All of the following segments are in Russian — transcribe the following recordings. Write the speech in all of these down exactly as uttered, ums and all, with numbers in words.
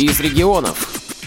из регионов.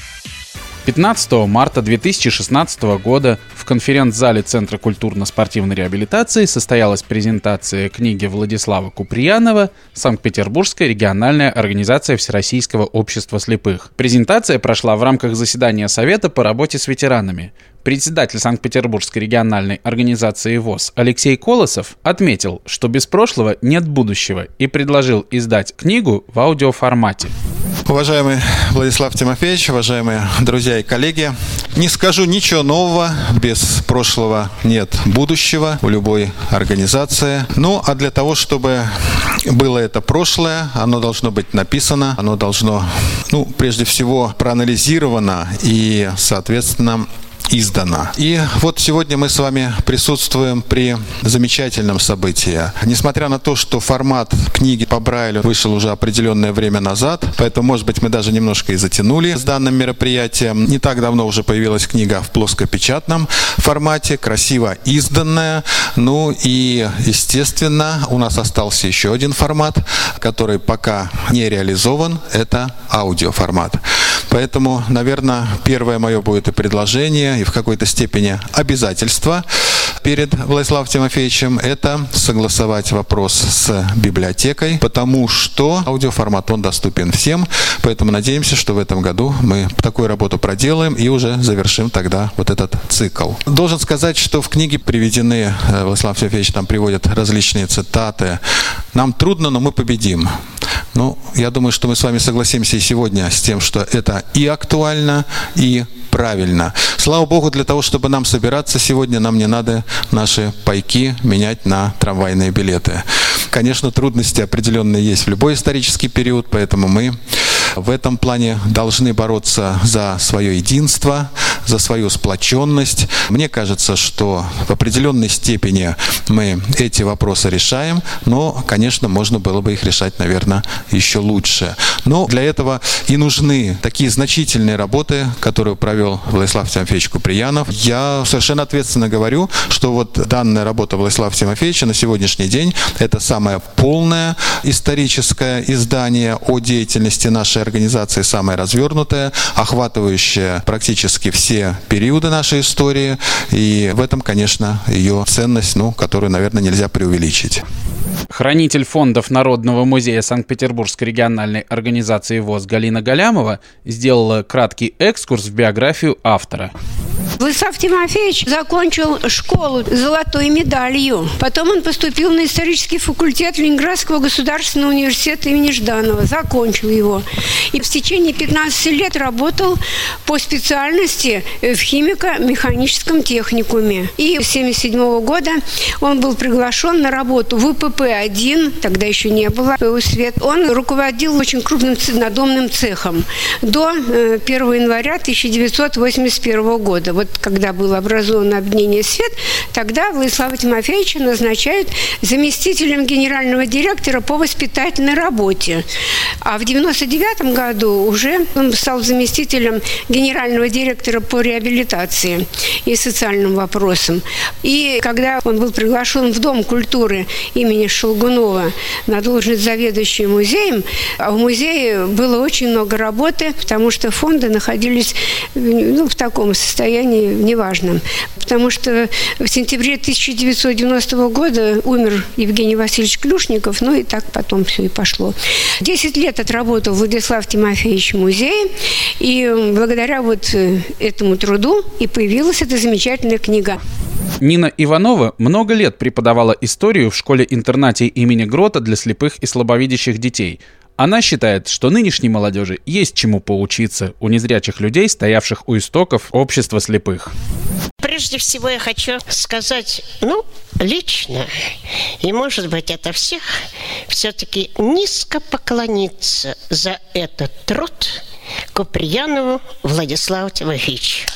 пятнадцатого марта две тысячи шестнадцатого года в конференц-зале Центра культурно-спортивной реабилитации состоялась презентация книги Владислава Куприянова «Санкт-Петербургская региональная организация Всероссийского общества слепых». Презентация прошла в рамках заседания Совета по работе с ветеранами. Председатель Санкт-Петербургской региональной организации ВОС Алексей Колосов отметил, что без прошлого нет будущего, и предложил издать книгу в аудиоформате. Уважаемый Владислав Тимофеевич, уважаемые друзья и коллеги, не скажу ничего нового, без прошлого нет будущего у любой организации. Ну, а для того, чтобы было это прошлое, оно должно быть написано, оно должно, ну, прежде всего, проанализировано и, соответственно, издана. И вот сегодня мы с вами присутствуем при замечательном событии. Несмотря на то, что формат книги по Брайлю вышел уже определенное время назад, поэтому, может быть, мы даже немножко и затянули с данным мероприятием. Не так давно уже появилась книга в плоскопечатном формате, красиво изданная. Ну и, естественно, у нас остался еще один формат, который пока не реализован. Это аудиоформат. Поэтому, наверное, первое мое будет и предложение, и в какой-то степени обязательство перед Владиславом Тимофеевичем – это согласовать вопрос с библиотекой, потому что аудиоформат, он доступен всем, поэтому надеемся, что в этом году мы такую работу проделаем и уже завершим тогда вот этот цикл. Должен сказать, что в книге приведены, Владислав Тимофеевич там приводит различные цитаты. Нам трудно, но мы победим. Ну, я думаю, что мы с вами согласимся и сегодня с тем, что это и актуально, и правильно. Слава Богу, для того, чтобы нам собираться сегодня, нам не надо наши пайки менять на трамвайные билеты. Конечно, трудности определенные есть в любой исторический период, поэтому мы в этом плане должны бороться за свое единство, за свою сплоченность. Мне кажется, что в определенной степени мы эти вопросы решаем, но, конечно, можно было бы их решать, наверное, еще лучше. Но для этого и нужны такие значительные работы, которые провел Владислав Тимофеевич Куприянов. Я совершенно ответственно говорю, что вот данная работа Владислава Тимофеевича на сегодняшний день – это самое полное историческое издание о деятельности нашей организации, самое развернутое, охватывающее практически все периоды нашей истории. И в этом, конечно, ее ценность, ну, которую, наверное, нельзя преувеличить. Хранитель фондов Народного музея Санкт-Петербургской региональной организации ВОС Галина Галямова сделала краткий экскурс в биографию автора. Владислав Тимофеевич закончил школу с золотой медалью. Потом он поступил на исторический факультет Ленинградского государственного университета имени Жданова. Закончил его. И в течение пятнадцати лет работал по специальности в химико-механическом техникуме. И с семьдесят седьмого года он был приглашен на работу в ИПП один, тогда еще не было ПУ «Свет». Он руководил очень крупным надомным цехом до первого января тысяча девятьсот восемьдесят первого года. Вот когда было образовано объединение «Свет», тогда Владислава Тимофеевича назначают заместителем генерального директора по воспитательной работе. А в девяносто девятом году уже он стал заместителем генерального директора по реабилитации и социальным вопросам. И когда он был приглашен в Дом культуры имени Шелгунова на должность заведующего музеем, а в музее было очень много работы, потому что фонды находились, ну, в таком состоянии неважном. Потому что в сентябре тысяча девятьсот девяностого года умер Евгений Васильевич Клюшников, ну и так потом все и пошло. Десять лет отработал Владислав Тимофеевич в музее, и благодаря вот этому труду и появилась эта замечательная книга. Нина Иванова много лет преподавала историю в школе-интернате имени Грота для слепых и слабовидящих детей. Она считает, что нынешней молодежи есть чему поучиться у незрячих людей, стоявших у истоков общества слепых. Прежде всего я хочу сказать, ну, лично, и, может быть, это всех, все-таки низко поклониться за этот труд Куприянову Владиславу Тимофеевичу.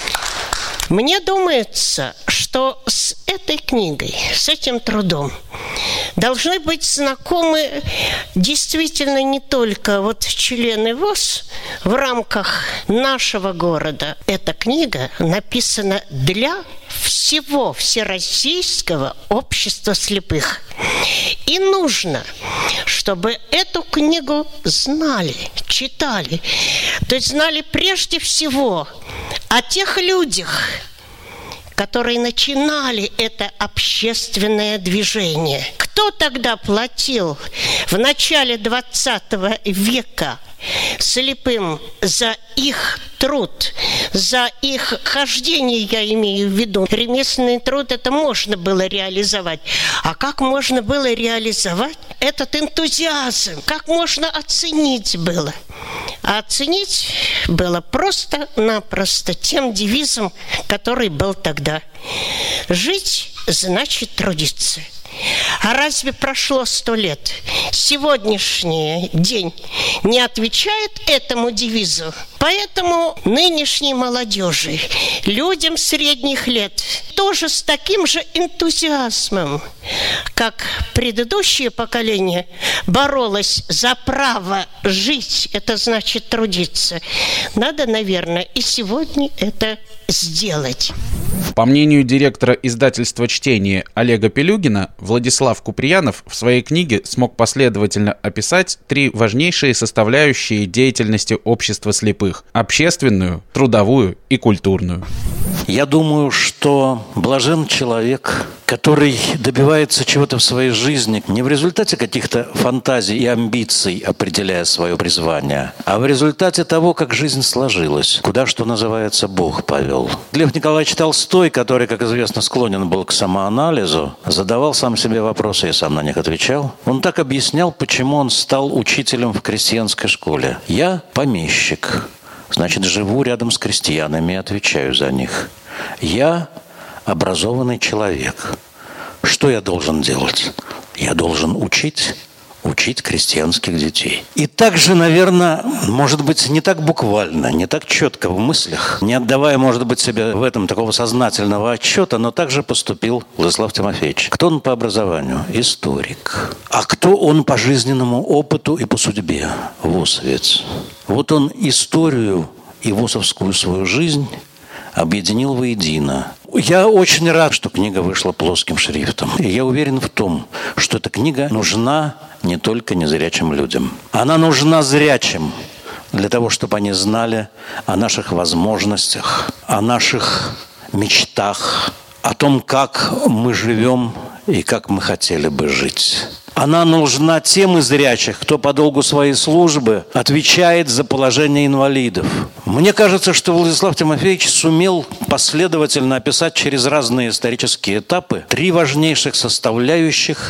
Мне думается, что с этой книгой, с этим трудом должны быть знакомы действительно не только вот члены ВОС в рамках нашего города. Эта книга написана для всего Всероссийского общества слепых. И нужно, чтобы эту книгу знали, читали. То есть знали прежде всего о тех людях, которые начинали это общественное движение. Кто тогда платил в начале двадцатого века слепым за их труд, за их хождение, я имею в виду? Ремесленный труд это можно было реализовать. А как можно было реализовать этот энтузиазм? Как можно оценить было? А оценить было просто-напросто тем девизом, который был тогда. Жить значит трудиться. А разве прошло сто лет? Сегодняшний день не отвечает этому девизу. Поэтому нынешней молодежи, людям средних лет, тоже с таким же энтузиазмом, как предыдущее поколение боролось за право жить, это значит трудиться. Надо, наверное, и сегодня это сделать. По мнению директора издательства «Чтение» Олега Пелюгина, Владислав Куприянов в своей книге смог последовательно описать три важнейшие составляющие деятельности общества слепых – общественную, трудовую и культурную. Я думаю, что блажен человек, который добивается чего-то в своей жизни не в результате каких-то фантазий и амбиций, определяя свое призвание, а в результате того, как жизнь сложилась, куда, что называется, Бог повел. Лев Николаевич Толстой, который, как известно, склонен был к самоанализу, задавал сам себе вопросы и сам на них отвечал. Он так объяснял, почему он стал учителем в крестьянской школе. «Я помещик. Значит, живу рядом с крестьянами и отвечаю за них. Я образованный человек. Что я должен делать? Я должен учить, учить крестьянских детей». И также, наверное, может быть, не так буквально, не так четко в мыслях, не отдавая, может быть, себе в этом такого сознательного отчета, но также поступил Владислав Тимофеевич. Кто он по образованию? Историк. А кто он по жизненному опыту и по судьбе? ВУЗовец. Вот он историю и ВУЗовскую свою жизнь объединил воедино. Я очень рад, что книга вышла плоским шрифтом. И я уверен в том, что эта книга нужна не только незрячим людям. Она нужна зрячим для того, чтобы они знали о наших возможностях, о наших мечтах, о том, как мы живем и как мы хотели бы жить. Она нужна тем из зрячих, кто по долгу своей службы отвечает за положение инвалидов. Мне кажется, что Владислав Тимофеевич сумел последовательно описать через разные исторические этапы три важнейших составляющих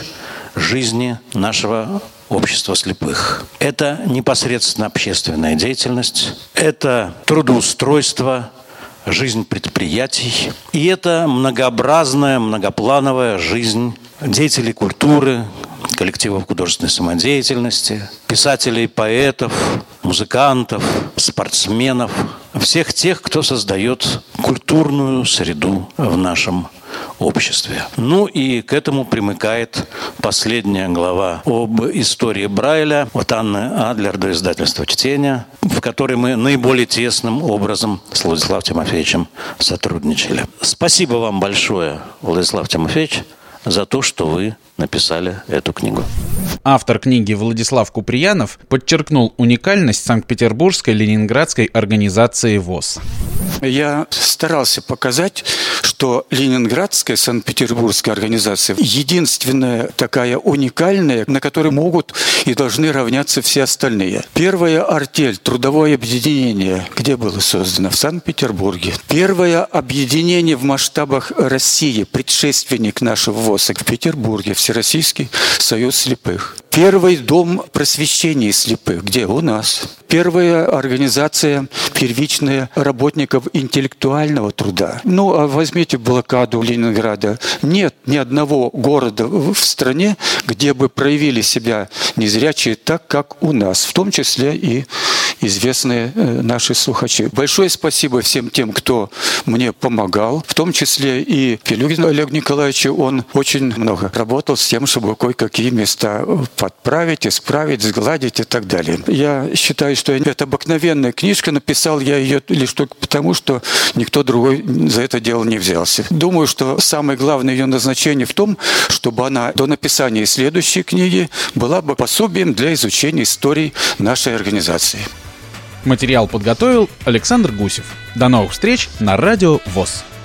жизни нашего общества слепых. Это непосредственно общественная деятельность, это трудоустройство, жизнь предприятий, и это многообразная, многоплановая жизнь деятелей культуры, коллективов художественной самодеятельности, писателей, поэтов, музыкантов, спортсменов, всех тех, кто создает культурную среду в нашем обществе. Ну и к этому примыкает последняя глава об истории Брайля от Анны Адлер до издательства «Чтение», в которой мы наиболее тесным образом с Владиславом Тимофеевичем сотрудничали. Спасибо вам большое, Владислав Тимофеевич, за то, что вы написали эту книгу. Автор книги Владислав Куприянов подчеркнул уникальность Санкт-Петербургской ленинградской организации ВОС. Я старался показать, что ленинградская Санкт-Петербургская организация единственная такая уникальная, на которой могут и должны равняться все остальные. Первая артель, трудовое объединение, где было создано? В Санкт-Петербурге. Первое объединение в масштабах России, предшественник нашего ВОСа, в Петербурге, Всероссийский союз слепых. Первый дом просвещения слепых, где? У нас. Первая организация первичная работников интеллектуального труда. Ну, а возьмите блокаду Ленинграда. Нет ни одного города в стране, где бы проявили себя незрячие так, как у нас, в том числе и известные наши слухачи. Большое спасибо всем тем, кто мне помогал, в том числе и Пилюгину Олегу Николаевичу. Он очень много работал с тем, чтобы кое-какие места подправить, исправить, сгладить и так далее. Я считаю, что это обыкновенная книжка, написал я ее лишь только потому, что никто другой за это дело не взялся. Думаю, что самое главное ее назначение в том, чтобы она до написания следующей книги была бы пособием для изучения истории нашей организации. Материал подготовил Александр Гусев. До новых встреч на Радио ВОС.